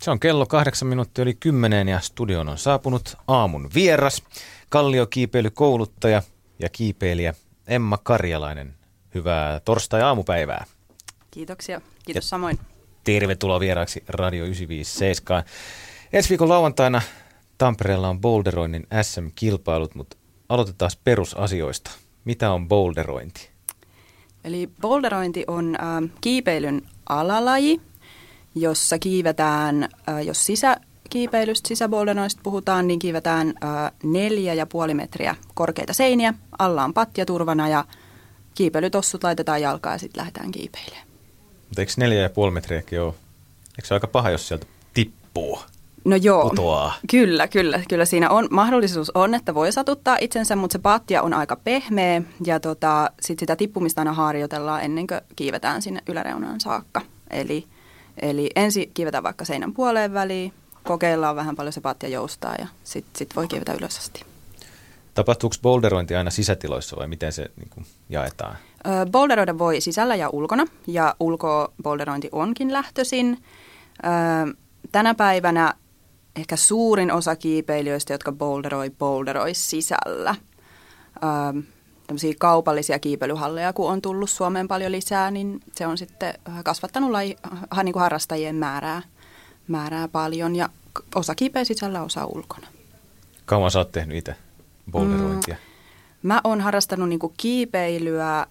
Se on kello 8:08 ja studioon on saapunut aamun vieras, kalliokiipeilykouluttaja ja kiipeilijä Emma Karjalainen. Hyvää torstai-aamupäivää. Kiitoksia. Kiitos samoin. Tervetuloa vieraaksi Radio 957. Ensi viikon lauantaina Tampereella on boulderoinnin SM-kilpailut, mutta aloitetaan perusasioista. Mitä on boulderointi? Eli boulderointi on kiipeilyn alalaji, jossa kiivetään, jos sisäkiipeilystä, sisäboulderoinnista puhutaan, niin kiivetään 4,5 metriä korkeita seiniä. Alla on patja turvana ja kiipeilytossut laitetaan jalkaan ja sitten lähdetään kiipeilemään. Mutta eikö 4,5 metriäkin ole? Eikö se ole aika paha, jos sieltä tippuu? No joo, putoaa? Kyllä siinä on mahdollisuus on, että voi satuttaa itsensä, mutta se patja on aika pehmeä ja sit sitä tippumista aina harjoitellaan ennen kuin kiivetään sinne yläreunaan saakka. Eli ensin kiivetään vaikka seinän puoleen väliin, kokeillaan vähän paljon se patja joustaa ja sitten voi kiivetä ylös asti. Tapahtuuko boulderointi aina sisätiloissa vai miten se niin kuin jaetaan? Boulderoida voi sisällä ja ulkona ja ulkoboulderointi onkin lähtöisin. Tänä päivänä ehkä suurin osa kiipeilijöistä, jotka boulderoi sisällä. Tämmöisiä kaupallisia kiipeilyhalleja, kun on tullut Suomeen paljon lisää, niin se on sitten kasvattanut niin kuin harrastajien määrää paljon ja osa kiipeä sisällä, osa ulkona. Kauan sä oot tehnyt itse boulderointia? Mä oon harrastanut niin kuin kiipeilyä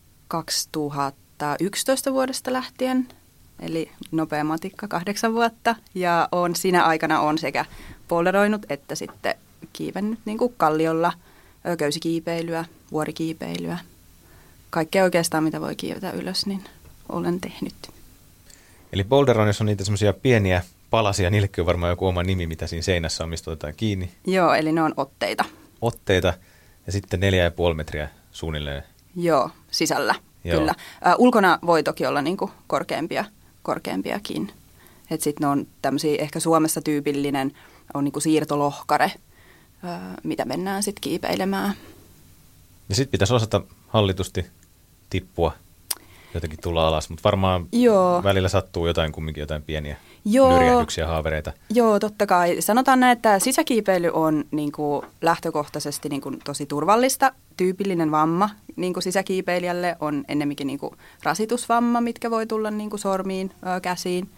2011 vuodesta lähtien, eli nopea matikka 8 vuotta. Ja siinä aikana on sekä boulderoinut että sitten kiivennyt niin kuin kalliolla, köysikiipeilyä, vuorikiipeilyä. Kaikkea oikeastaan, mitä voi kiivetä ylös, niin olen tehnyt. Eli boulderoinnissa on niitä semmoisia pieniä palasia, niillekin on varmaan joku oma nimi, mitä siinä seinässä on, mistä otetaan kiinni. Joo, eli ne on otteita. Otteita ja sitten 4,5 metriä suunnilleen. Joo, sisällä, Joo. Kyllä. Ulkona voi toki olla niin kuin korkeampiakin. Että sitten ne on tämmöisiä, ehkä Suomessa tyypillinen on niin kuin siirtolohkare, mitä mennään sitten kiipeilemään. Ja sitten pitäisi osata hallitusti tippua, jotenkin tulla alas, mutta varmaan välillä sattuu jotain pieniä nyrjähdyksiä, haavereita. Joo, totta kai. Sanotaan näin, että sisäkiipeily on niin kuin lähtökohtaisesti niin kuin tosi turvallista. Tyypillinen vamma niin kuin sisäkiipeilijälle on ennemminkin niin kuin rasitusvamma, mitkä voi tulla niin kuin sormiin, käsiin.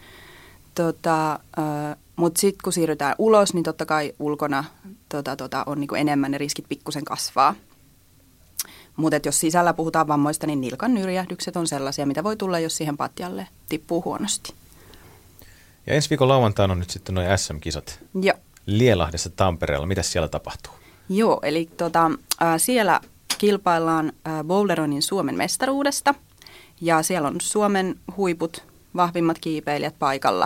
Mutta sitten kun siirrytään ulos, niin totta kai ulkona on niin kuin enemmän, ne riskit pikkusen kasvaa. Mutta jos sisällä puhutaan vammoista, niin nilkan nyrjähdykset on sellaisia, mitä voi tulla, jos siihen patjalle tippuu huonosti. Ja ensi viikon lauantaina on nyt sitten nuo SM-kisat. Joo. Lielahdessa Tampereella. Mitäs siellä tapahtuu? Joo, eli siellä kilpaillaan boulderoinnin Suomen mestaruudesta. Ja siellä on Suomen huiput, vahvimmat kiipeilijät paikalla.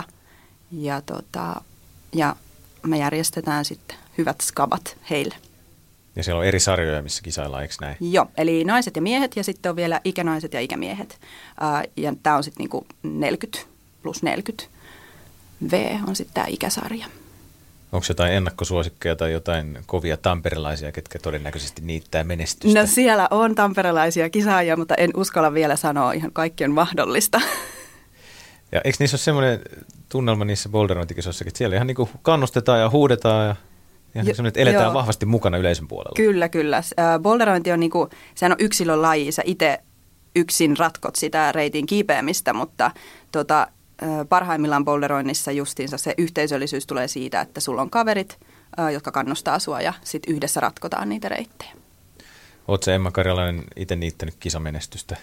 Ja me järjestetään sitten hyvät skabat heille. Ja siellä on eri sarjoja, missä kisaillaan, eikö näin? Joo, eli naiset ja miehet ja sitten on vielä ikänaiset ja ikämiehet. Ja tämä on sitten niinku 40 plus 40. V on sitten tämä ikäsarja. Onko jotain ennakkosuosikkeja tai jotain kovia tamperelaisia, ketkä todennäköisesti niittää menestystä? No siellä on tamperelaisia kisaajia, mutta en uskalla vielä sanoa, ihan kaikki on mahdollista. Ja eikö niissä ole semmoinen tunnelma niissä boulderointikisoissakin, että siellä ihan niin kuin kannustetaan ja huudetaan ja semmoinen, että eletään vahvasti mukana yleisön puolella? Kyllä. Boulderointi on niinku, sehän on yksilön laji, sä itse yksin ratkot sitä reitin kiipeämistä, mutta parhaimmillaan boulderoinnissa justiinsa se yhteisöllisyys tulee siitä, että sulla on kaverit, jotka kannustaa sua ja sitten yhdessä ratkotaan niitä reittejä. Oletko Emma Karjalainen itse niittänyt kisamenestystä?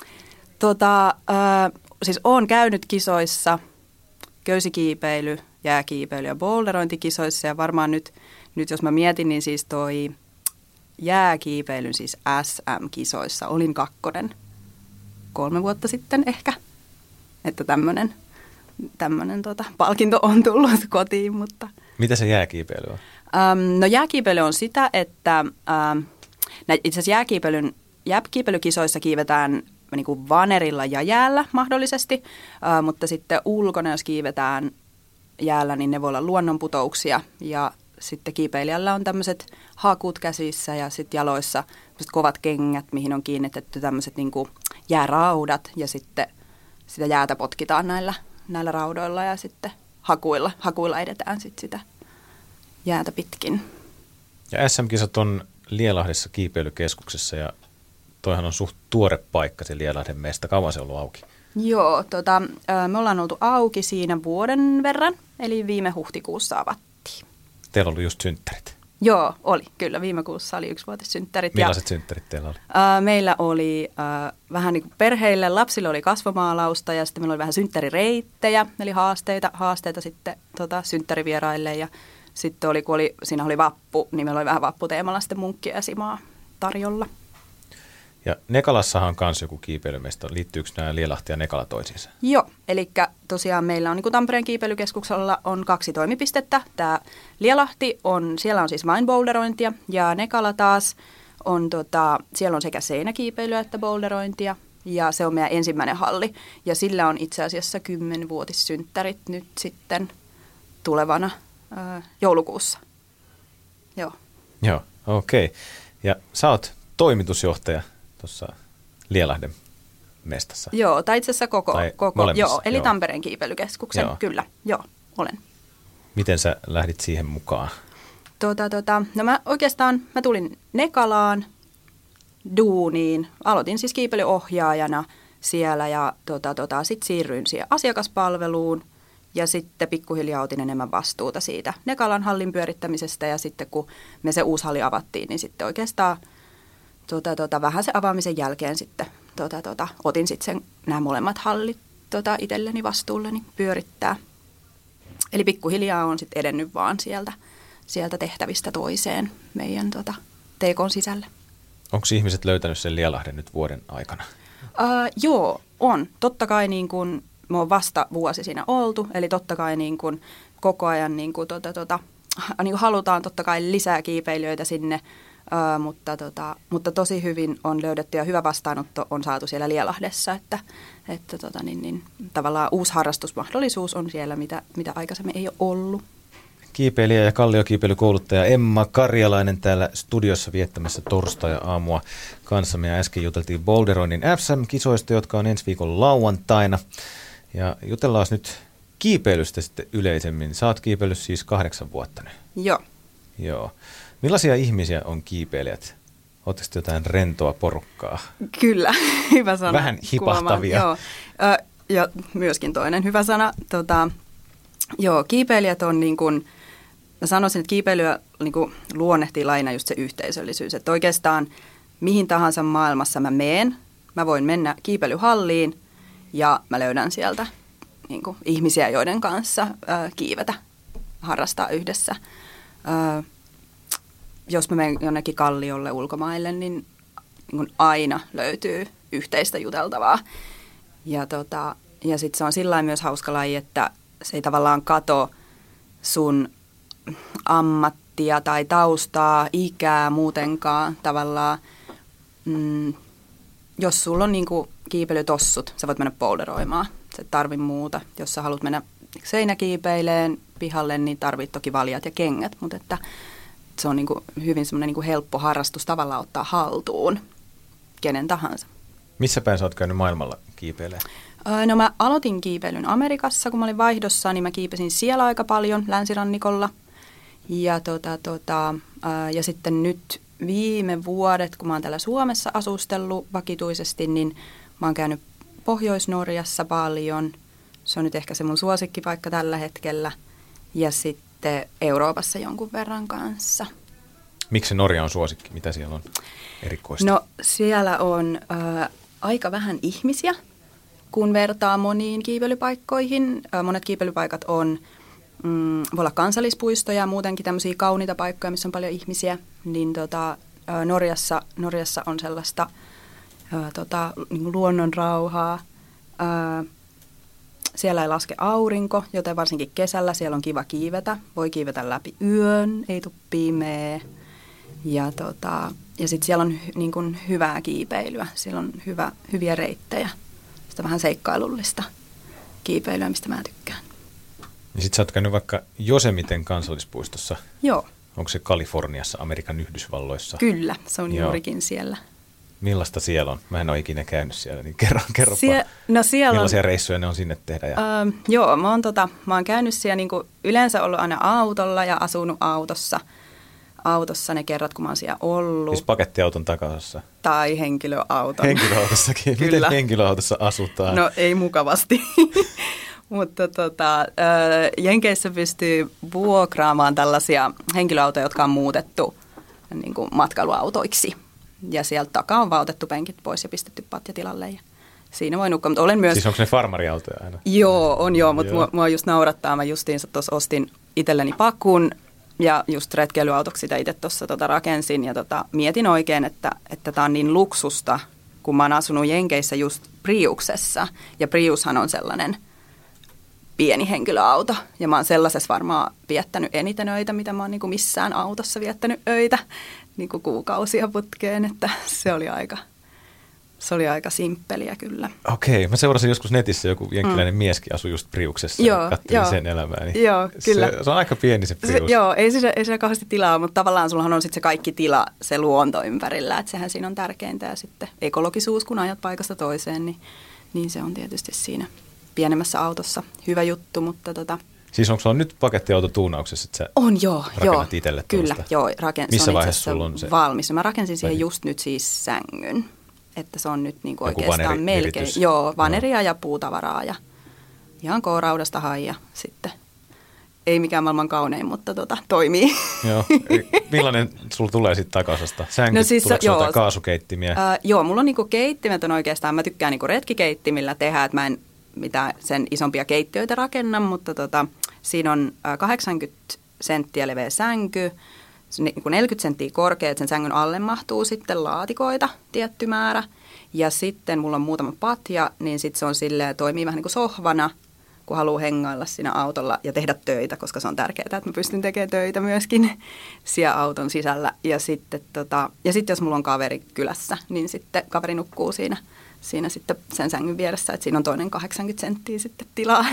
Siis olen käynyt kisoissa, köysikiipeily, jääkiipeily ja boulderointikisoissa ja varmaan nyt jos mä mietin, niin siis toi jääkiipeilyn siis SM-kisoissa olin 2. 3 vuotta sitten ehkä, että tämmönen palkinto on tullut kotiin, mutta... Mitä se jääkiipeily on? No jääkiipeily on sitä, että itse asiassa jääkiipeilykisoissa kiivetään niin kuin vanerilla ja jäällä mahdollisesti, mutta sitten ulkona, jos kiivetään jäällä, niin ne voi olla luonnonputouksia ja sitten kiipeilijällä on tämmöiset hakut käsissä ja sitten jaloissa kovat kengät, mihin on kiinnitetty tämmöiset niin kuin jääraudat ja sitten sitä jäätä potkitaan näillä raudoilla ja sitten hakuilla edetään sit sitä jäätä pitkin. Ja SM-kisat on Lielahdessa kiipeilykeskuksessa ja toihan on suht tuore paikka, se Lielahden mesta. Kauan se on ollut auki? Joo, me ollaan oltu auki siinä vuoden verran, eli viime huhtikuussa avattiin. Teillä on ollut just synttärit? Joo, oli. Kyllä, viime kuussa oli 1-vuotissynttärit. Millaiset synttärit teillä oli? Meillä oli vähän niin kuin perheille, lapsille oli kasvomaalausta ja sitten meillä oli vähän synttärireittejä, eli haasteita sitten synttärivieraille. Ja sitten siinä oli vappu, niin meillä oli vähän vapputeemalla sitten munkkia ja simaa tarjolla. Ja Nekalassahan on myös joku kiipeilymesta. Liittyykö nämä Lielahti ja Nekala toisiinsa? Joo, eli tosiaan meillä on niin kuin Tampereen kiipeilykeskuksella on 2 toimipistettä. Tämä Lielahti siellä on siis vain boulderointia ja Nekala taas on, siellä on sekä seinäkiipeilyä että boulderointia. Ja se on meidän ensimmäinen halli ja sillä on itse asiassa 10-vuotissynttärit nyt sitten tulevana joulukuussa. Joo, okei. Ja sä oot toimitusjohtaja tuossa Lielahden mestassa. Joo, tai itse asiassa koko eli joo. Tampereen kiipeilykeskuksen, joo. Kyllä, joo, olen. Miten sä lähdit siihen mukaan? No mä tulin Nekalaan duuniin, aloitin siis kiipeilyohjaajana siellä ja sitten siirryin siihen asiakaspalveluun ja sitten pikkuhiljaa otin enemmän vastuuta siitä Nekalan hallin pyörittämisestä ja sitten kun me se uusi halli avattiin, niin sitten oikeastaan vähän se avaamisen jälkeen sitten otin sitten nämä molemmat hallit itselleni vastuulleni pyörittää. Eli pikkuhiljaa on sitten edennyt vaan sieltä tehtävistä toiseen meidän TK:n sisällä. Onko ihmiset löytänyt sen Lielahden nyt vuoden aikana? Joo, on. Totta kai niin kun, me on vasta vuosi siinä oltu, eli totta kai niin kun, koko ajan niin kun, niin halutaan totta kai lisää kiipeilijöitä sinne, mutta tosi hyvin on löydetty ja hyvä vastaanotto on saatu siellä Lielahdessa, että tavallaan uusi harrastusmahdollisuus on siellä, mitä aikaisemmin ei ole ollut. Kiipeilijä ja kalliokiipeilykouluttaja Emma Karjalainen täällä studiossa viettämässä torstai-aamua kanssamme ja äsken juteltiin boulderoinnin SM-kisoista, jotka on ensi viikon lauantaina. Ja jutellaan nyt kiipeilystä sitten yleisemmin. Sä oot kiipeillyt siis 8 vuotta nyt. Joo. Millaisia ihmisiä on kiipeilijät? Oletteko jotain rentoa porukkaa? Kyllä, hyvä sana. Vähän hipahtavia. Joo. Ja myöskin toinen hyvä sana. Kiipeilijät on niin kuin, mä sanoisin, että kiipeilyä niin kuin luonnehtii laina just se yhteisöllisyys. Että oikeastaan mihin tahansa maailmassa mä voin mennä kiipeilyhalliin ja mä löydän sieltä niin kuin ihmisiä, joiden kanssa kiivetä, harrastaa yhdessä. Jos mä menen jonnekin kalliolle ulkomaille, niin kuin aina löytyy yhteistä juteltavaa. Ja sitten se on sillain myös hauska laji, että se ei tavallaan kato sun ammattia tai taustaa, ikää muutenkaan tavallaan. Jos sulla on niinku kiipeilytossut, sä voit mennä boulderoimaan. Sä et tarvi muuta. Jos sä haluat mennä seinäkiipeileen pihalle, niin tarvit toki valjat ja kengät, mutta että se on niinku hyvin semmoinen niinku helppo harrastus tavallaan ottaa haltuun kenen tahansa. Missä päin sä oot käynyt maailmalla kiipeilemään? No mä aloitin kiipeilyn Amerikassa, kun mä olin vaihdossa, niin mä kiipesin siellä aika paljon länsirannikolla. Ja sitten nyt viime vuodet, kun mä oon täällä Suomessa asustellut vakituisesti, niin mä oon käynyt Pohjois-Norjassa paljon. Se on nyt ehkä se mun suosikkipaikka tällä hetkellä. Ja sitten Euroopassa jonkun verran kanssa. Miksi Norja on suosikki? Mitä siellä on erikoista? No siellä on aika vähän ihmisiä, kun vertaa moniin kiipeilypaikkoihin. Monet kiipeilypaikat voi olla kansallispuistoja ja muutenkin tämmöisiä kauniita paikkoja, missä on paljon ihmisiä. Niin Norjassa on sellaista niin luonnon rauhaa. Siellä ei laske aurinko, joten varsinkin kesällä siellä on kiva kiivetä. Voi kiivetä läpi yön, ei tule pimeä. Ja sitten siellä on niin kuin hyvää kiipeilyä. Siellä on hyviä reittejä. Sitä vähän seikkailullista kiipeilyä, mistä mä tykkään. Ja sit sä oot käynyt vaikka Yosemiten kansallispuistossa. Joo. Onko se Kaliforniassa, Amerikan Yhdysvalloissa? Kyllä, se on juurikin siellä. Millaista siellä on? Mä en ole ikinä käynyt siellä, niin kerropa. Siellä millaisia reissuja ne on sinne tehdä? Joo, mä oon käynyt siellä niinku yleensä ollut aina autolla ja asunut autossa ne kerrat, kun mä oon siellä ollut. Siis pakettiauton takaosassa? Tai henkilöauton. Henkilöautossakin? Miten henkilöautossa asutaan? No ei mukavasti. Mutta Jenkeissä pystyy vuokraamaan tällaisia henkilöautoja, jotka on muutettu niin kuin matkailuautoiksi. Ja sieltä takaa on vaan otettu penkit pois ja pistetty patjatilalle. Ja siinä voi nukkua. Mutta olen myös... Siis onko ne farmariautoja aina? Joo, mutta mua just naurattaa. Mä justiinsa tuossa ostin itselleni pakun ja just retkeilyautoksi sitä itse tuossa rakensin. Ja mietin oikein, että tämä on niin luksusta, kun mä oon asunut Jenkeissä just Priuksessa. Ja Priushan on sellainen pieni henkilöauto. Ja mä oon sellaisessa varmaan viettänyt eniten öitä, mitä mä oon niin kuin missään autossa viettänyt öitä niin kuin kuukausia putkeen. Että se oli aika simppeliä kyllä. Okei, mä seurasin joskus netissä, joku jenkkiläinen mieskin asui just Priuksessa ja katselin sen elämää. Niin joo, kyllä. Se on aika pieni se Prius. Joo, ei siellä kauheasti tilaa, mutta tavallaan sullahan on sitten se kaikki tila, se luonto ympärillä. Että sehän siinä on tärkeintä ja sitten ekologisuus, kun ajat paikasta toiseen, niin se on tietysti siinä pienemmässä autossa hyvä juttu, mutta Siis onko sulla nyt pakettiauto tuunauksessa, että sä rakennat itselle kyllä, Missä se on vaiheessa sulla on se? Valmis. Mä rakensin siihen just nyt siis sängyn, että se on nyt niinku oikeastaan melkein. Joo, vaneria ja puutavaraa ja ihan K-raudasta haija sitten. Ei mikään maailman kaunein, mutta toimii. Joo. Millainen sulla tulee sitten takaosasta? Sänky, no siis, tuleeko jotain kaasukeittimiä? Joo, mulla on niinku keittimet on oikeastaan, mä tykkään niinku retkikeittimillä tehdä, että mä en mitään sen isompia keittiöitä rakenna, mutta siinä on 80 senttiä leveä sänky, 40 senttiä korkea, että sen sängyn alle mahtuu sitten laatikoita tietty määrä. Ja sitten mulla on muutama patja, niin sitten se on silleen, toimii vähän niin kuin sohvana, kun haluaa hengailla siinä autolla ja tehdä töitä, koska se on tärkeää, että mä pystyn tekemään töitä myöskin siellä auton sisällä. Ja sitten jos mulla on kaveri kylässä, niin sitten kaveri nukkuu siinä sitten sen sängyn vieressä, että siinä on toinen 80 senttiä sitten tilaa.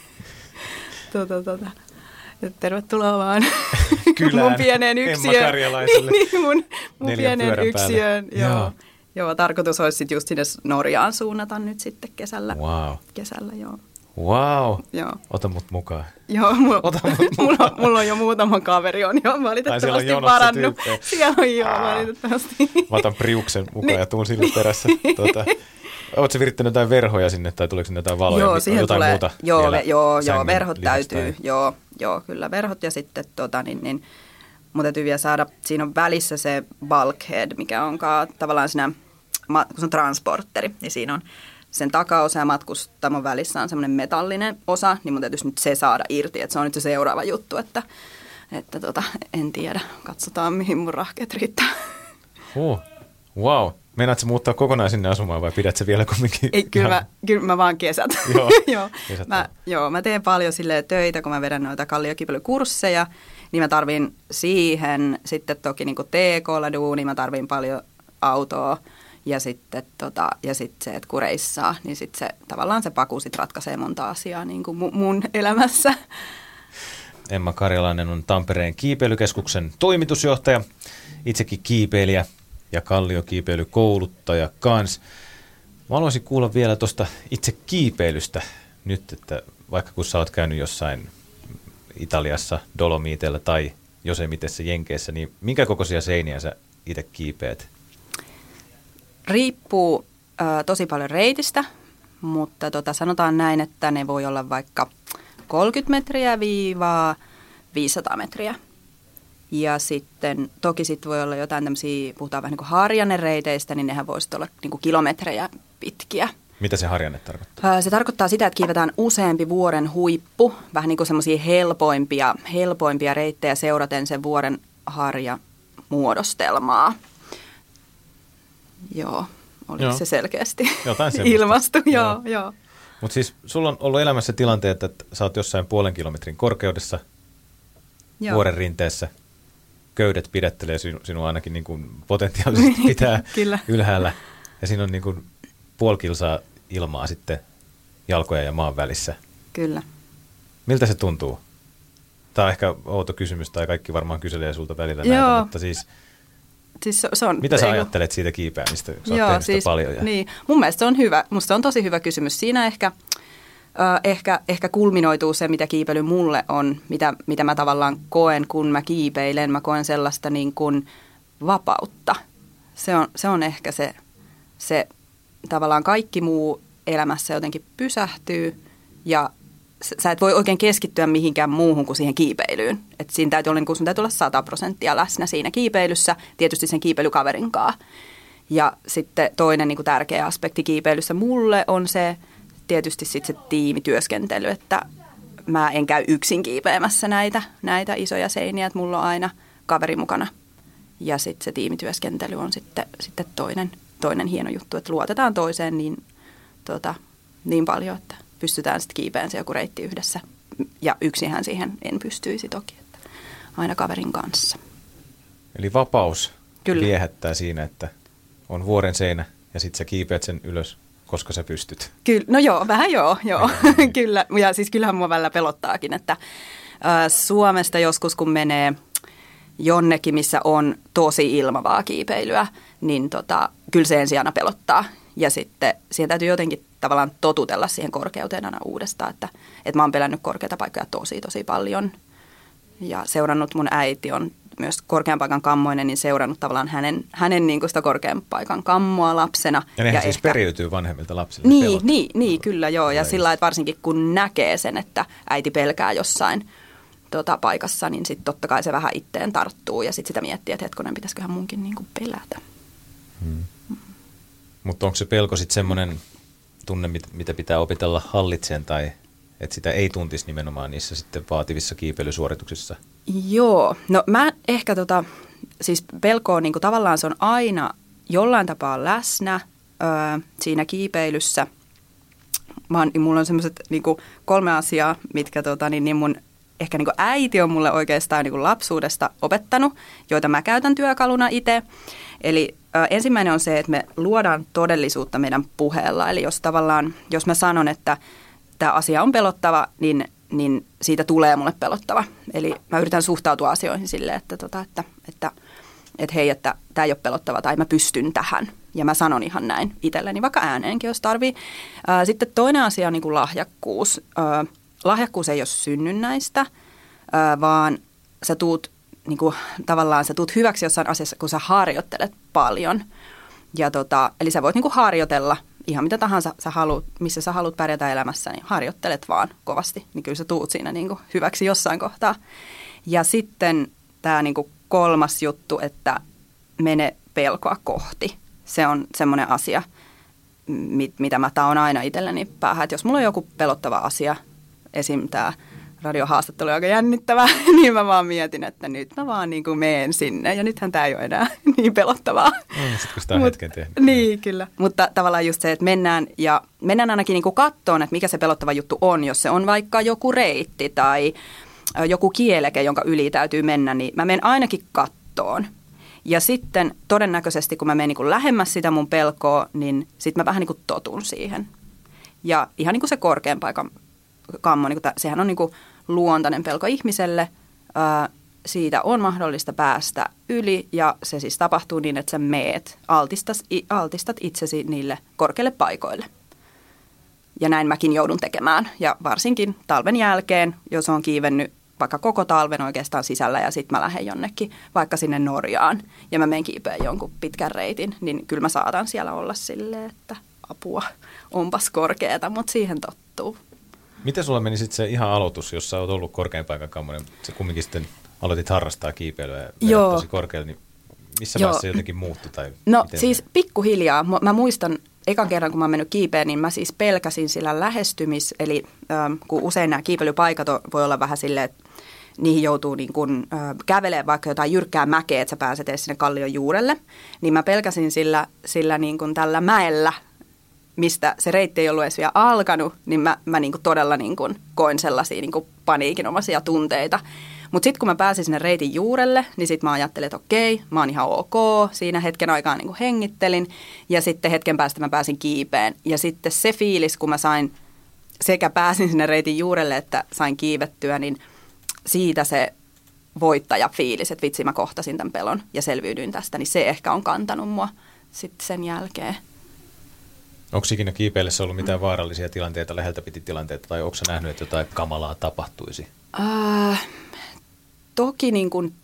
Tervetuloa vaan kylään, mun pieneen yksiöön. Emma Karjalaiselle. mun pieneen yksiöön. Joo, tarkoitus olisi sitten just sinne Norjaan suunnata nyt sitten kesällä. Wow. Kesällä, joo. Wow. Joo. Ota mut mukaan. Joo, mulla on jo muutama kaveri on jo valitettavasti varannut. Siellä on jo valitettavasti. Mä otan Priuksen mukaan ja tuun sinne perässä. Oletko virittänyt jotain verhoja sinne tai tuleeko sinne jotain valoja? Joo, siihen jotain tulee. Muuta Joo, verhot täytyy. Joo, kyllä verhot ja sitten mun täytyy vielä saada, siinä on välissä se bulkhead, mikä on tavallaan siinä, kun se on transporteri, niin siinä on sen takaosa ja matkustamon välissä on semmoinen metallinen osa, niin mun täytyisi nyt se saada irti, että se on nyt se seuraava juttu, että en tiedä, katsotaan mihin mun rahkeet riittää. Wow. Meinaatko muuttaa kokonaan sinne asumaan vai pidät sä vielä kumminkin? Ei, kyllä mä vaan kesät. Joo, mä teen paljon silleen töitä, kun mä vedän noita kalliokipelykursseja, niin mä tarvin siihen sitten toki niin kuin TK:lla duuni, mä tarvin paljon autoa ja sitten se, että kun reissaa, niin sitten se tavallaan se paku sit ratkaisee monta asiaa niin kuin mun elämässä. Emma Karjalainen on Tampereen kiipeilykeskuksen toimitusjohtaja, itsekin kiipeilijä ja kalliokiipeilykouluttaja kans. Mä haluaisin kuulla vielä tuosta itse kiipeilystä nyt, että vaikka kun sä oot käynyt jossain Italiassa, Dolomiiteilla tai Josemitessä Jenkeissä, niin minkä kokoisia seiniä sä itse kiipeät? Riippuu tosi paljon reitistä, mutta sanotaan näin, että ne voi olla vaikka 30 metriä viivaa 500 metriä. Ja sitten toki sitten voi olla jotain tämmöisiä, puhutaan vähän niin kuin harjannereiteistä, niin nehän voisivat olla niin kuin kilometrejä pitkiä. Mitä se harjanne tarkoittaa? Se tarkoittaa sitä, että kiivetään useampi vuoren huippu, vähän niin kuin semmoisia helpoimpia reittejä seuraten sen vuoren harjamuodostelmaa. Joo, oliko se selkeästi ilmastu? Joo. Mutta siis sulla on ollut elämässä tilanteet, että sä oot jossain 0,5 kilometrin korkeudessa vuoren rinteessä. Köydet pidättelee sinua ainakin niin kuin potentiaalisesti pitää ylhäällä. Ja siinä on niin kuin 0,5 kilsaa ilmaa sitten jalkoja ja maan välissä. Kyllä. Miltä se tuntuu? Tämä on ehkä outo kysymys tai kaikki varmaan kyselee sulta välillä näitä, mutta siis siis se on... Mitä sä ajattelet siitä kiipeämistä? Sä oot tehnyt sitä paljon. Niin, mun mielestä se on hyvä. Musta se on tosi hyvä kysymys. Siinä ehkä kulminoituu se, mitä kiipeily mulle on, mitä mä tavallaan koen, kun mä kiipeilen. Mä koen sellaista niin kuin vapautta. Se on ehkä se tavallaan kaikki muu elämässä jotenkin pysähtyy ja sä et voi oikein keskittyä mihinkään muuhun kuin siihen kiipeilyyn. Et siinä täytyy olla, sun täytyy olla 100% läsnä siinä kiipeilyssä, tietysti sen kiipeilykaverin kanssa. Ja sitten toinen niin kuin tärkeä aspekti kiipeilyssä mulle on se tietysti sitten se tiimityöskentely, että mä en käy yksin kiipeämässä näitä isoja seiniä, että mulla on aina kaveri mukana. Ja sitten se tiimityöskentely on sitten toinen hieno juttu, että luotetaan toiseen niin paljon, että pystytään sitten kiipeämään se joku reitti yhdessä. Ja yksinhän siihen en pystyisi toki, että aina kaverin kanssa. Eli vapaus viehättää siinä, että on vuoren seinä ja sitten sä kiipeät sen ylös, koska sä pystyt. Kyllä, no joo, vähän joo. Kyllä. Ja siis kyllähän mua välillä pelottaakin, että Suomesta joskus kun menee jonnekin, missä on tosi ilmavaa kiipeilyä, niin kyllä se ensin aina pelottaa. Ja sitten siihen täytyy jotenkin tavallaan totutella siihen korkeuteen aina uudestaan, että mä oon pelännyt korkeita paikkoja tosi paljon. Ja seurannut, mun äiti on myös korkean paikan kammoinen, niin seurannut tavallaan hänen niin kuin sitä korkean paikan kammoa lapsena. Ja nehän siis periytyy vanhemmilta lapsille. Niin, kyllä joo. Ja sillä lailla, että varsinkin kun näkee sen, että äiti pelkää jossain paikassa, niin sitten totta kai se vähän itteen tarttuu ja sitten sitä miettii, että hetkonen, pitäisiköhän munkin niin kuin pelätä. Mutta onko se pelko sitten semmoinen tunne, mitä pitää opetella hallitseen tai että sitä ei tuntisi nimenomaan niissä sitten vaativissa kiipeilysuorituksissa? Joo, no mä ehkä siis pelkoa niin kuin tavallaan se on aina jollain tapaa läsnä siinä kiipeilyssä. Mulla on semmoiset niin kuin 3 asiaa, mitkä niin mun ehkä niin kuin äiti on mulle oikeastaan niin kuin lapsuudesta opettanut, joita mä käytän työkaluna itse. Eli ensimmäinen on se, että me luodaan todellisuutta meidän puheella. Eli jos mä sanon, että tämä asia on pelottava, niin siitä tulee mulle pelottava. Eli mä yritän suhtautua asioihin silleen, että hei, että tämä ei ole pelottava tai mä pystyn tähän. Ja mä sanon ihan näin itselleni, vaikka ääneenkin, jos tarvii. Sitten toinen asia on niin kuin lahjakkuus. Lahjakkuus ei ole synnynnäistä, vaan sä tuut hyväksi jossain asiassa, kun sä harjoittelet paljon. Ja eli sä voit niin kuin harjoitella ihan mitä tahansa sä haluat, missä sä haluat pärjätä elämässä, niin harjoittelet vaan kovasti. Niin kyllä sä tuut siinä niin kuin hyväksi jossain kohtaa. Ja sitten tämä niin kuin 3. juttu, että mene pelkoa kohti. Se on semmoinen asia, mitä mä taon aina itselleni päähän. Että jos mulla on joku pelottava asia, esim. Tämä radiohaastattelu on aika jännittävää, niin mä vaan mietin, että nyt mä vaan niin kuin meen sinne. Ja nythän tämä ei ole enää niin pelottavaa. Sitten kun sitä on hetken tehnyt. Niin, kyllä. Mutta tavallaan just se, että mennään ainakin niin kuin kattoon, että mikä se pelottava juttu on. Jos se on vaikka joku reitti tai joku kieleke, jonka yli täytyy mennä, niin mä menen ainakin kattoon. Ja sitten todennäköisesti, kun mä menen niin kuin lähemmäs sitä mun pelkoa, niin sitten mä vähän niin kuin totun siihen. Ja ihan niin kuin se korkean paikan kammo, niin sehän on niin kuin luontainen pelko ihmiselle. Siitä on mahdollista päästä yli ja se siis tapahtuu niin, että sä altistat itsesi niille korkeille paikoille. Ja näin mäkin joudun tekemään. Ja varsinkin talven jälkeen, jos on kiivennyt vaikka koko talven oikeastaan sisällä ja sitten mä lähden jonnekin vaikka sinne Norjaan ja mä menen kiipeä jonkun pitkän reitin, niin kyllä mä saatan siellä olla silleen, että apua, onpas korkeata, mutta siihen tottuu. Miten sulla meni sitten se ihan aloitus, jos sä oot ollut korkean paikan kammonen, sä kumminkin sitten aloitit harrastaa kiipeilyä ja vedät tosi korkealle, niin missä vaiheessa se jotenkin muuttui? No siis pikkuhiljaa. Mä muistan ekan kerran, kun mä oon mennyt kiipeen, niin mä siis pelkäsin sillä eli kun usein nämä kiipeilypaikat voi olla vähän silleen, että niihin joutuu niin kun, kävelemään vaikka jotain jyrkkää mäkeä, että sä pääset edes sinne kallion juurelle, niin mä pelkäsin sillä niin kun tällä mäellä, mistä se reitti ei ollut edes vielä alkanut, niin mä niin kuin todella niin kuin koin sellaisia niin kuin paniikinomaisia tunteita. Mutta sitten kun mä pääsin sinne reitin juurelle, niin sitten mä ajattelin, että okei, mä oon ihan ok. Siinä hetken aikaa niin kuin hengittelin ja sitten hetken päästä mä pääsin kiipeen. Ja sitten se fiilis, kun mä sain sekä pääsin sinne reitin juurelle, että sain kiivettyä, niin siitä se voittajafiilis, että vitsi mä kohtasin tämän pelon ja selviydyin tästä, niin se ehkä on kantanut mua sitten sen jälkeen. Onko ikinä kiipeillessä ollut mitään vaarallisia tilanteita, läheltä piti tilanteita, tai onko sä nähnyt, että jotain kamalaa tapahtuisi? Toki niin kuin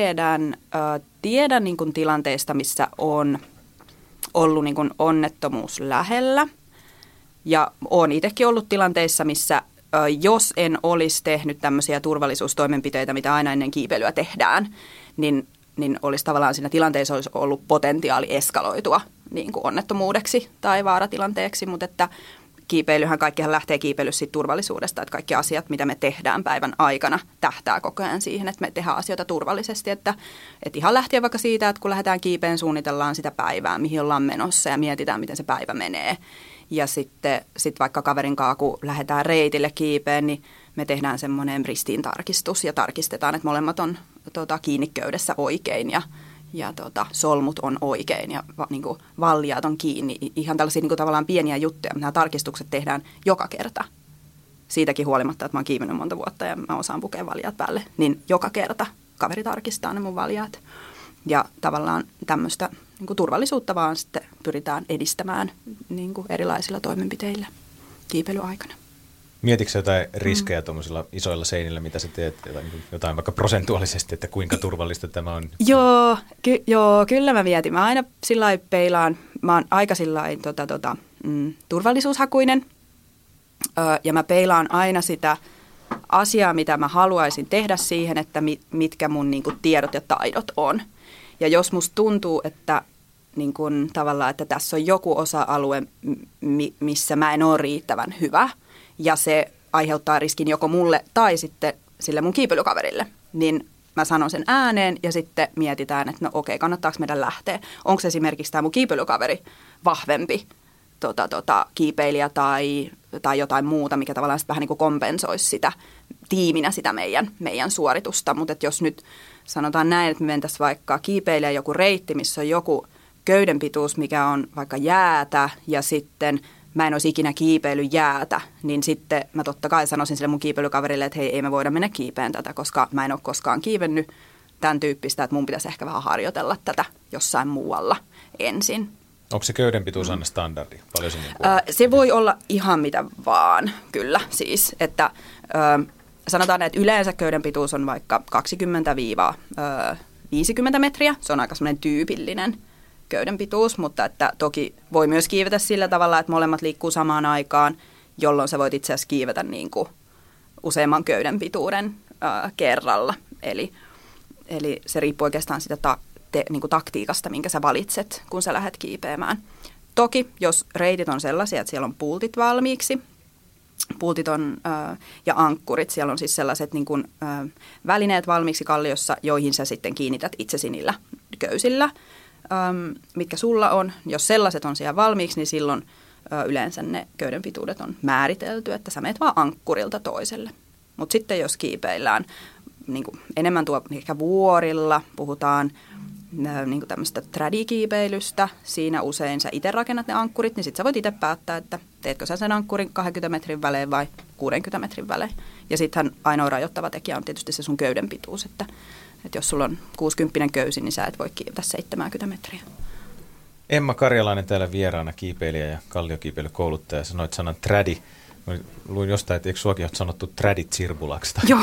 tiedän niin kuin tilanteista, missä on ollut niin kuin onnettomuus lähellä. Ja olen itsekin ollut tilanteissa, missä jos en olisi tehnyt tämmöisiä turvallisuustoimenpiteitä, mitä aina ennen kiipeilyä tehdään, niin olisi tavallaan siinä tilanteessa olisi ollut potentiaali eskaloitua niin kuin onnettomuudeksi tai vaaratilanteeksi, mutta että kaikkihan lähtee kiipeilyssä siitä turvallisuudesta, että kaikki asiat, mitä me tehdään päivän aikana, tähtää koko ajan siihen, että me tehdään asioita turvallisesti, että ihan lähtien vaikka siitä, että kun lähdetään kiipeen, suunnitellaan sitä päivää, mihin ollaan menossa ja mietitään, miten se päivä menee. Ja sitten vaikka kaverin kanssa, kun lähdetään reitille kiipeen, niin me tehdään semmoinen ristiintarkistus ja tarkistetaan, että molemmat on kiinni köydessä oikein ja solmut on oikein ja niin kuin valjaat on kiinni. Ihan tällaisia niin kuin tavallaan pieniä juttuja, mutta nämä tarkistukset tehdään joka kerta. Siitäkin huolimatta, että mä oon kiivennyt monta vuotta ja mä osaan pukea valjaat päälle, niin joka kerta kaveri tarkistaa ne mun valjaat. Ja tavallaan tämmöistä niin kuin turvallisuutta vaan sitten pyritään edistämään niin kuin erilaisilla toimenpiteillä kiipeilyaikana. Mietitkö jotain riskejä tuollaisilla isoilla seinillä, mitä sä teet, jotain vaikka prosentuaalisesti, että kuinka turvallista tämä on? Joo, kyllä mä mietin. Mä aina sillai peilaan, mä oon aika sillai turvallisuushakuinen ja mä peilaan aina sitä asiaa, mitä mä haluaisin tehdä siihen, että mitkä mun niin kuin tiedot ja taidot on. Ja jos musta tuntuu, että niin kuin tavallaan, että tässä on joku osa-alue, missä mä en ole riittävän hyvä, ja se aiheuttaa riskin joko mulle tai sitten sille mun kiipeilykaverille, niin mä sanon sen ääneen ja sitten mietitään, että no okei, kannattaako meidän lähteä. Onko esimerkiksi tämä mun kiipeilykaveri vahvempi kiipeilijä tai jotain muuta, mikä tavallaan sitten vähän niin kuin kompensoisi sitä tiiminä sitä meidän suoritusta. Mutta jos nyt sanotaan näin, että me mentäisiin vaikka kiipeilijä joku reitti, missä on joku köydenpituus, mikä on vaikka jäätä ja sitten mä en olisi ikinä kiipeily jäätä, niin sitten mä totta kai sanoisin sille mun kiipeilykaverille, että hei, ei me voida mennä kiipeen tätä, koska mä en ole koskaan kiivennyt tämän tyyppistä, että mun pitäisi ehkä vähän harjoitella tätä jossain muualla ensin. Onko se köydenpituus aina standardi? Paljon se voi olla ihan mitä vaan, kyllä siis, että sanotaan, että yleensä köydenpituus on vaikka 20-50 metriä, se on aika semmoinen tyypillinen köydenpituus, mutta että toki voi myös kiivetä sillä tavalla, että molemmat liikkuu samaan aikaan, jolloin sä voit itse asiassa kiivetä niin kuin useamman köydenpituuden kerralla. Eli se riippuu oikeastaan sitä niin kuin taktiikasta, minkä sä valitset, kun sä lähdet kiipeämään. Toki, jos reitit on sellaisia, että siellä on pultit valmiiksi, pultit on, ja ankkurit, siellä on siis sellaiset niin kuin, välineet valmiiksi kalliossa, joihin sä sitten kiinnität itsesi niillä köysillä, mitkä sulla on. Jos sellaiset on siellä valmiiksi, niin silloin yleensä ne köydenpituudet on määritelty, että sä menet vaan ankkurilta toiselle. Mutta sitten jos kiipeillään niin kuin enemmän ehkä vuorilla, puhutaan niin kuin tämmöistä tradikiipeilystä, siinä usein sä itse rakennat ne ankkurit, niin sitten sä voit itse päättää, että teetkö sä sen ankkurin 20 metrin välein vai 60 metrin välein. Ja sittenhän ainoa rajoittava tekijä on tietysti se sun köydenpituus, että jos sulla on 60 köysi, niin sä et voi kiivetä 70 metriä. Emma Karjalainen täällä vieraana, kiipeilijä ja kalliokiipeilykouluttaja. Sanoit sanan tradi. Luin jostain, että eikö suakin ole sanottu traditsirbulaksi? Joo,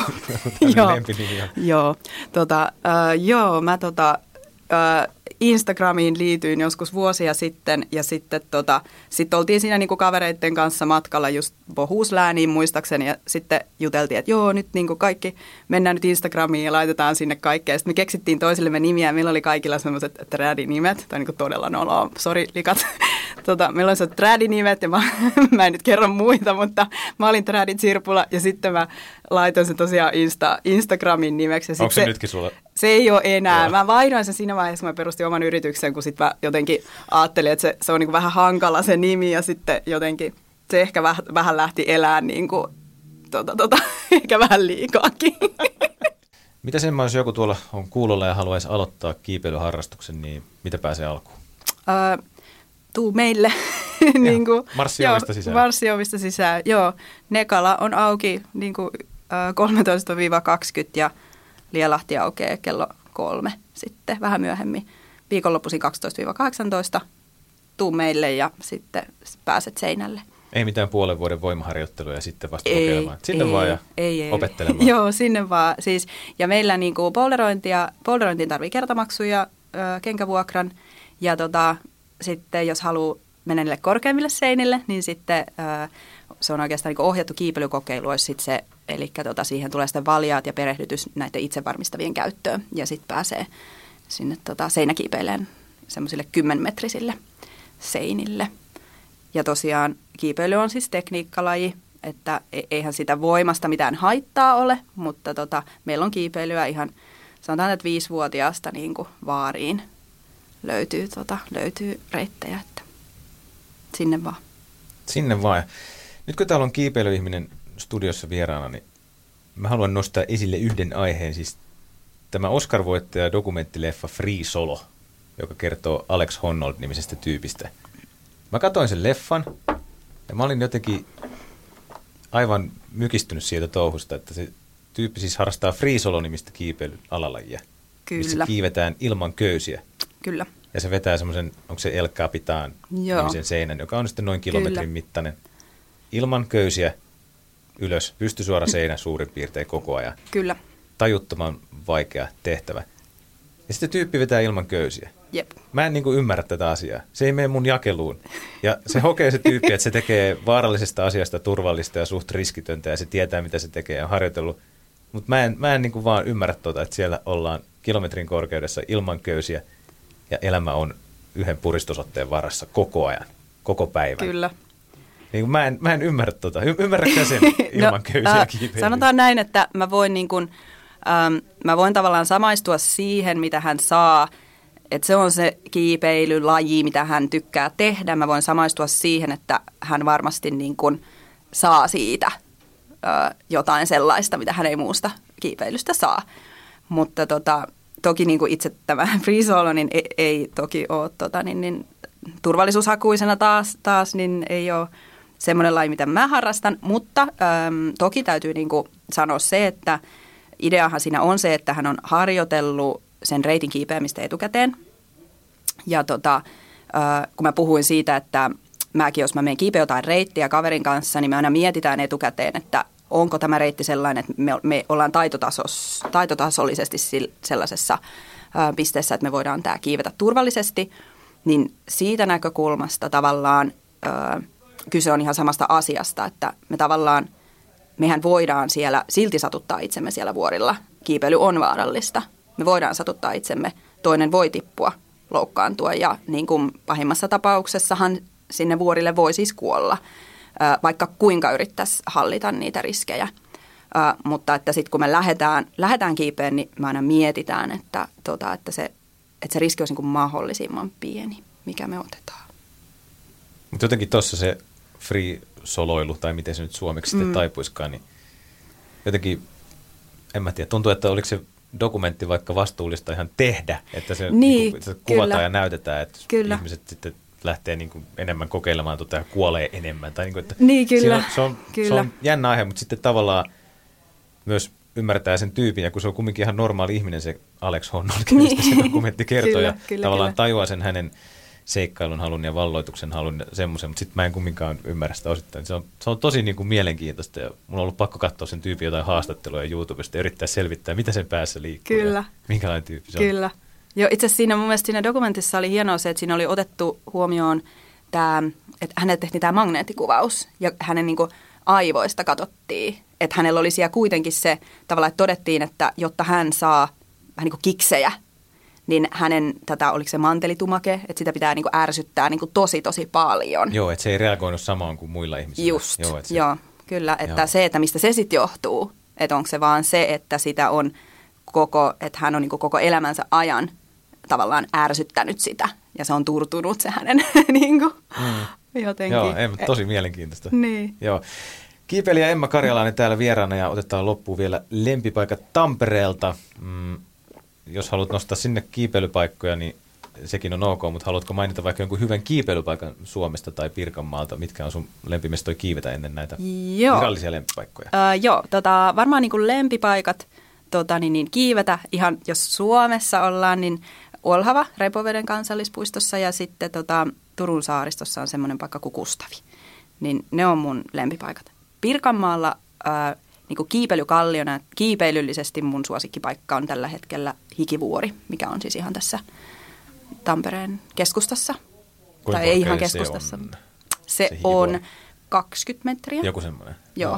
mä Instagramiin liityin joskus vuosia sitten ja sitten oltiin siinä niinku kavereiden kanssa matkalla just Bohuslääniin muistaakseni ja sitten juteltiin, että joo nyt niinku kaikki mennään nyt Instagramiin ja laitetaan sinne kaikkea. Sitten me keksittiin toisillemme nimiä ja meillä oli kaikilla sellaiset tradi-nimet, tai niinku todella noloa, sori likat. Meillä oli se tradi-nimet ja mä en nyt kerro muita, mutta mä olin traditsirpula ja sitten mä laitoin sen tosiaan Instagramin nimeksi. Ja onko se nytkin sulla? Se ei ole enää. Joo. Mä vaihdoin sen siinä vaiheessa, mä perustin oman yrityksen, kun sitten mä jotenkin ajattelin, että se on niin kuin vähän hankala se nimi ja sitten jotenkin se ehkä vähän lähti elämään niin kuin, ehkä vähän liikaakin. Mitä sen jos joku tuolla on kuulolla ja haluaisi aloittaa kiipeilyharrastuksen, niin mitä pääsee alkuun? Tuu meille. niin kuin, marssiovista sisään. Marssiovista sisään, joo. Nekala on auki niin kuin 13-20 ja Lielahti aukeaa kello 3 sitten vähän myöhemmin. Viikonloppuisin 12-18 tuu meille ja sitten pääset seinälle. Ei mitään puolen vuoden voimaharjoittelua ja sitten vasta kokeilemaan. Sinne vaan ja opettelemaan. Joo, sinne vaan. Siis, ja meillä niinku boulderointiin tarvii kertamaksuja, kenkävuokran. Ja sitten jos haluaa mennä niille korkeimmille seinille, niin sitten se on oikeastaan niinku ohjattu kiipeilykokeilu. Se, eli siihen tulee sitten valjaat ja perehdytys näiden itsevarmistavien käyttöön. Ja sitten pääsee sinne seinäkiipeileen semmoisille 10-metrisille seinille. Ja tosiaan kiipeily on siis tekniikkalaji, että eihän sitä voimasta mitään haittaa ole, mutta meillä on kiipeilyä ihan, sanotaan, että 5-vuotiaasta niin kuin vaariin löytyy reittejä, että sinne vaan. Sinne vaan. Nyt kun täällä on kiipeilyihminen studiossa vieraana, niin mä haluan nostaa esille yhden aiheen, siis tämä Oscar-voittaja dokumenttileffa Free Solo, joka kertoo Alex Honnold-nimisestä tyypistä. Mä katsoin sen leffan ja mä olin jotenkin aivan mykistynyt siitä touhusta, että se tyyppi siis harrastaa Free Solo-nimistä kiipeilyalalajia, missä kiivetään ilman köysiä. Kyllä. Ja se vetää semmoisen, onko se El Capitan nimisen seinän, joka on sitten noin kilometrin mittainen. Ilman köysiä ylös, pystysuora seinä suurin piirtein koko ajan. Kyllä. Tajuttoman vaikea tehtävä. Ja sitten tyyppi vetää ilman köysiä. Jep. Mä en niin kuin ymmärrä tätä asiaa. Se ei mene mun jakeluun. Ja se hokee se tyyppi, että se tekee vaarallisesta asiasta turvallista ja suht riskitöntä ja se tietää, mitä se tekee ja on harjoitellut. Mutta mä en niin kuin vaan ymmärrä että siellä ollaan kilometrin korkeudessa ilman köysiä ja elämä on yhden puristusotteen varassa koko ajan, koko päivän. Kyllä. Niin mä en ymmärrä Ymmärrätkö sen ilman köysiä kiipeilyä? Sanotaan näin, että mä voin tavallaan samaistua siihen, mitä hän saa. Että se on se kiipeilylaji, mitä hän tykkää tehdä. Mä voin samaistua siihen, että hän varmasti niin kuin saa siitä jotain sellaista, mitä hän ei muusta kiipeilystä saa. Mutta toki niin kuin itse tämä Free Solo niin ei toki ole turvallisuushakuisena taas niin ei ole semmoinen laji, mitä mä harrastan. Mutta toki täytyy niin kuin sanoa se, että ideahan siinä on se, että hän on harjoitellut sen reitin kiipeämistä etukäteen. Ja kun mä puhuin siitä, että mäkin, jos mä menen kiipeä jotain reittiä kaverin kanssa, niin me aina mietitään etukäteen, että onko tämä reitti sellainen, että me ollaan taitotasollisesti sellaisessa pisteessä, että me voidaan tämä kiivetä turvallisesti. Niin siitä näkökulmasta tavallaan kyse on ihan samasta asiasta, että mehän voidaan siellä silti satuttaa itsemme siellä vuorilla. Kiipeily on vaarallista. Me voidaan satuttaa itsemme. Toinen voi tippua, loukkaantua ja niin kuin pahimmassa tapauksessahan sinne vuorille voi siis kuolla, vaikka kuinka yrittäisi hallita niitä riskejä. Mutta että sitten kun me lähdetään kiipeen, niin me aina mietitään, että se riski olisi niin kuin mahdollisimman pieni, mikä me otetaan. Mutta jotenkin tuossa se free soloilu, tai miten se nyt suomeksi sitten taipuiskaan, niin jotenkin, en mä tiedä, tuntuu, että oliko se dokumentti vaikka vastuullista ihan tehdä, että se, se kuvataan ja näytetään, että ihmiset sitten lähtee niin kuin enemmän kokeilemaan ja kuolee enemmän. Tai niin kuin, että kyllä. Se on jännä aihe, mutta sitten tavallaan myös ymmärtää sen tyypin, ja kun se on kumminkin ihan normaali ihminen se Alex Honnold, mistä se dokumentti kertoo, ja tavallaan tajuaa sen hänen seikkailun halun ja valloituksen halun ja semmoisen, mutta sitten mä en kumminkaan ymmärrä sitä osittain. Se on tosi niin kuin mielenkiintoista, ja mulla on ollut pakko katsoa sen tyypin jotain haastatteluja YouTubesta ja yrittää selvittää, mitä sen päässä liikkuu ja minkälainen tyyppi se on. Kyllä. Joo, itse asiassa mun mielestä siinä dokumentissa oli hienoa se, että siinä oli otettu huomioon että hänelle tehtiin tämä magneettikuvaus ja hänen niin kuin aivoista katsottiin, että hänellä oli siellä kuitenkin se tavallaan, että todettiin, että jotta hän saa vähän niin kuin kiksejä, niin hänen oliko se mantelitumake, että sitä pitää niin kuin ärsyttää niin kuin tosi paljon. Joo, että se ei reagoinut samaan kuin muilla ihmisillä. Just, joo, kyllä, että se, että mistä se sitten johtuu, että onko se vaan se, että sitä on että hän on niin kuin koko elämänsä ajan tavallaan ärsyttänyt sitä ja se on turtunut se hänen niin kuin, jotenkin. Joo, tosi mielenkiintoista. Niin. Joo. Kiipeilijä Emma Karjalainen täällä vieraana ja otetaan loppuun vielä lempipaikat Tampereelta. Jos haluat nostaa sinne kiipeilypaikkoja, niin sekin on ok, mutta haluatko mainita vaikka jonkun hyvän kiipeilypaikan Suomesta tai Pirkanmaalta? Mitkä on sun lempimestoja kiivetä ennen näitä virallisia lempipaikkoja? Joo, varmaan niin kuin lempipaikat kiivetä ihan, jos Suomessa ollaan, niin Olhava Repoveden kansallispuistossa ja sitten Turun saaristossa on semmoinen paikka kuin Kustavi. Niin ne on mun lempipaikat. Pirkanmaalla niin kuin kiipeilykalliona, kiipeilyllisesti mun suosikkipaikka on tällä hetkellä Hikivuori, mikä on siis ihan tässä Tampereen keskustassa. Kuinka tai ei ihan keskustassa. Se on 20 metriä. Joku semmoinen. Joo.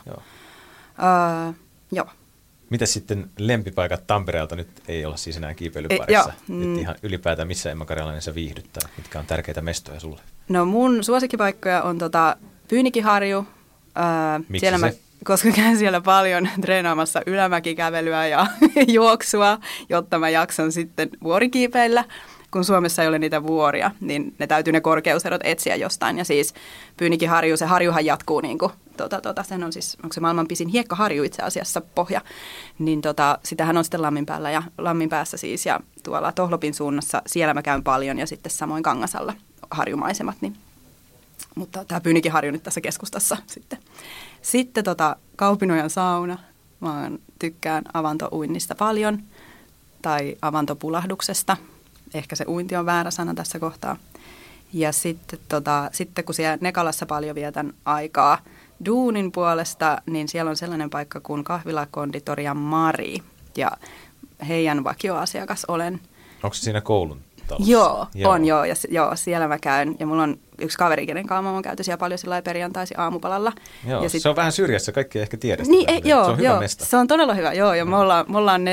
Mitäs sitten lempipaikat Tampereelta? Nyt ei olla siis enää kiipeilyparissa. Nyt ihan ylipäätään missä Emma Karjalainen sä viihdyt tai mitkä on tärkeitä mestoja sulle? No mun suosikkipaikkoja on Pyynikiharju. Miksi se? Koska käyn siellä paljon treenaamassa ylämäkikävelyä ja juoksua, jotta mä jaksan sitten vuorikiipeillä. Kun Suomessa ei ole niitä vuoria, niin ne täytyy ne korkeuserot etsiä jostain. Ja siis Pyynikiharju, se harjuhan jatkuu niin kuin, sehän on siis, onko se maailman pisin hiekkaharju itse asiassa pohja, niin sitähän on sitten Lamminpäässä siis ja tuolla Tohlopin suunnassa, siellä mä käyn paljon ja sitten samoin Kangasalla harjumaisemat, niin. Mutta tämä Pyynikiharju nyt tässä keskustassa sitten. Sitten Kaupinojan sauna, mä tykkään avantouinnista paljon tai avantopulahduksesta. Ehkä se uinti on väärä sana tässä kohtaa. Ja sitten kun siellä Nekalassa paljon vietän aikaa duunin puolesta, niin siellä on sellainen paikka kuin kahvilakonditoria Mari. Ja heidän vakioasiakas olen. Onko se siinä koulun talossa? Joo. On joo. Ja siellä mä käyn. Ja mulla on yksi kaveri, kenen kanssa mä oon käyty siellä paljon sillä perjantaisin aamupalalla. Joo, ja se on vähän syrjässä, kaikki ei ehkä tiedä sitä. Niin, se on hyvä mesta. Se on todella hyvä. Joo, ja me ollaan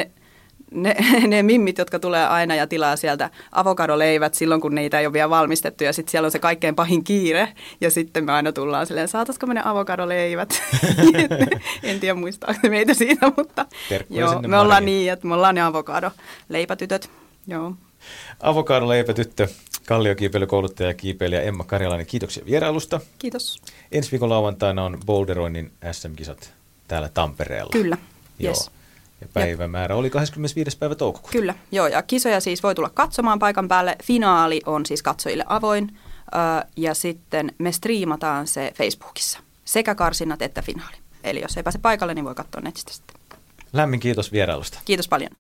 ne mimmit, jotka tulee aina ja tilaa sieltä avokadoleivät silloin, kun niitä ei ole vielä valmistettu. Ja sitten siellä on se kaikkein pahin kiire. Ja sitten me aina tullaan silleen, saataisiko me ne avokadoleivät? En tiedä muistaako meitä siitä, mutta joo, me ollaan niin, että me ollaan ne avokadoleipätytöt. Joo. Avokadoleipätyttö, kalliokiipeilykouluttaja ja kiipeilijä Emma Karjalainen. Kiitoksia vierailusta. Kiitos. Ensi viikon lauantaina on boulderoinnin SM-kisat täällä Tampereella. Kyllä, yes. Ja päivämäärä oli 25. päivä toukokuuta. Kyllä, joo, ja kisoja siis voi tulla katsomaan paikan päälle. Finaali on siis katsojille avoin, ja sitten me striimataan se Facebookissa, sekä karsinnat että finaali. Eli jos ei pääse paikalle, niin voi katsoa netistä sitten. Lämmin kiitos vierailusta. Kiitos paljon.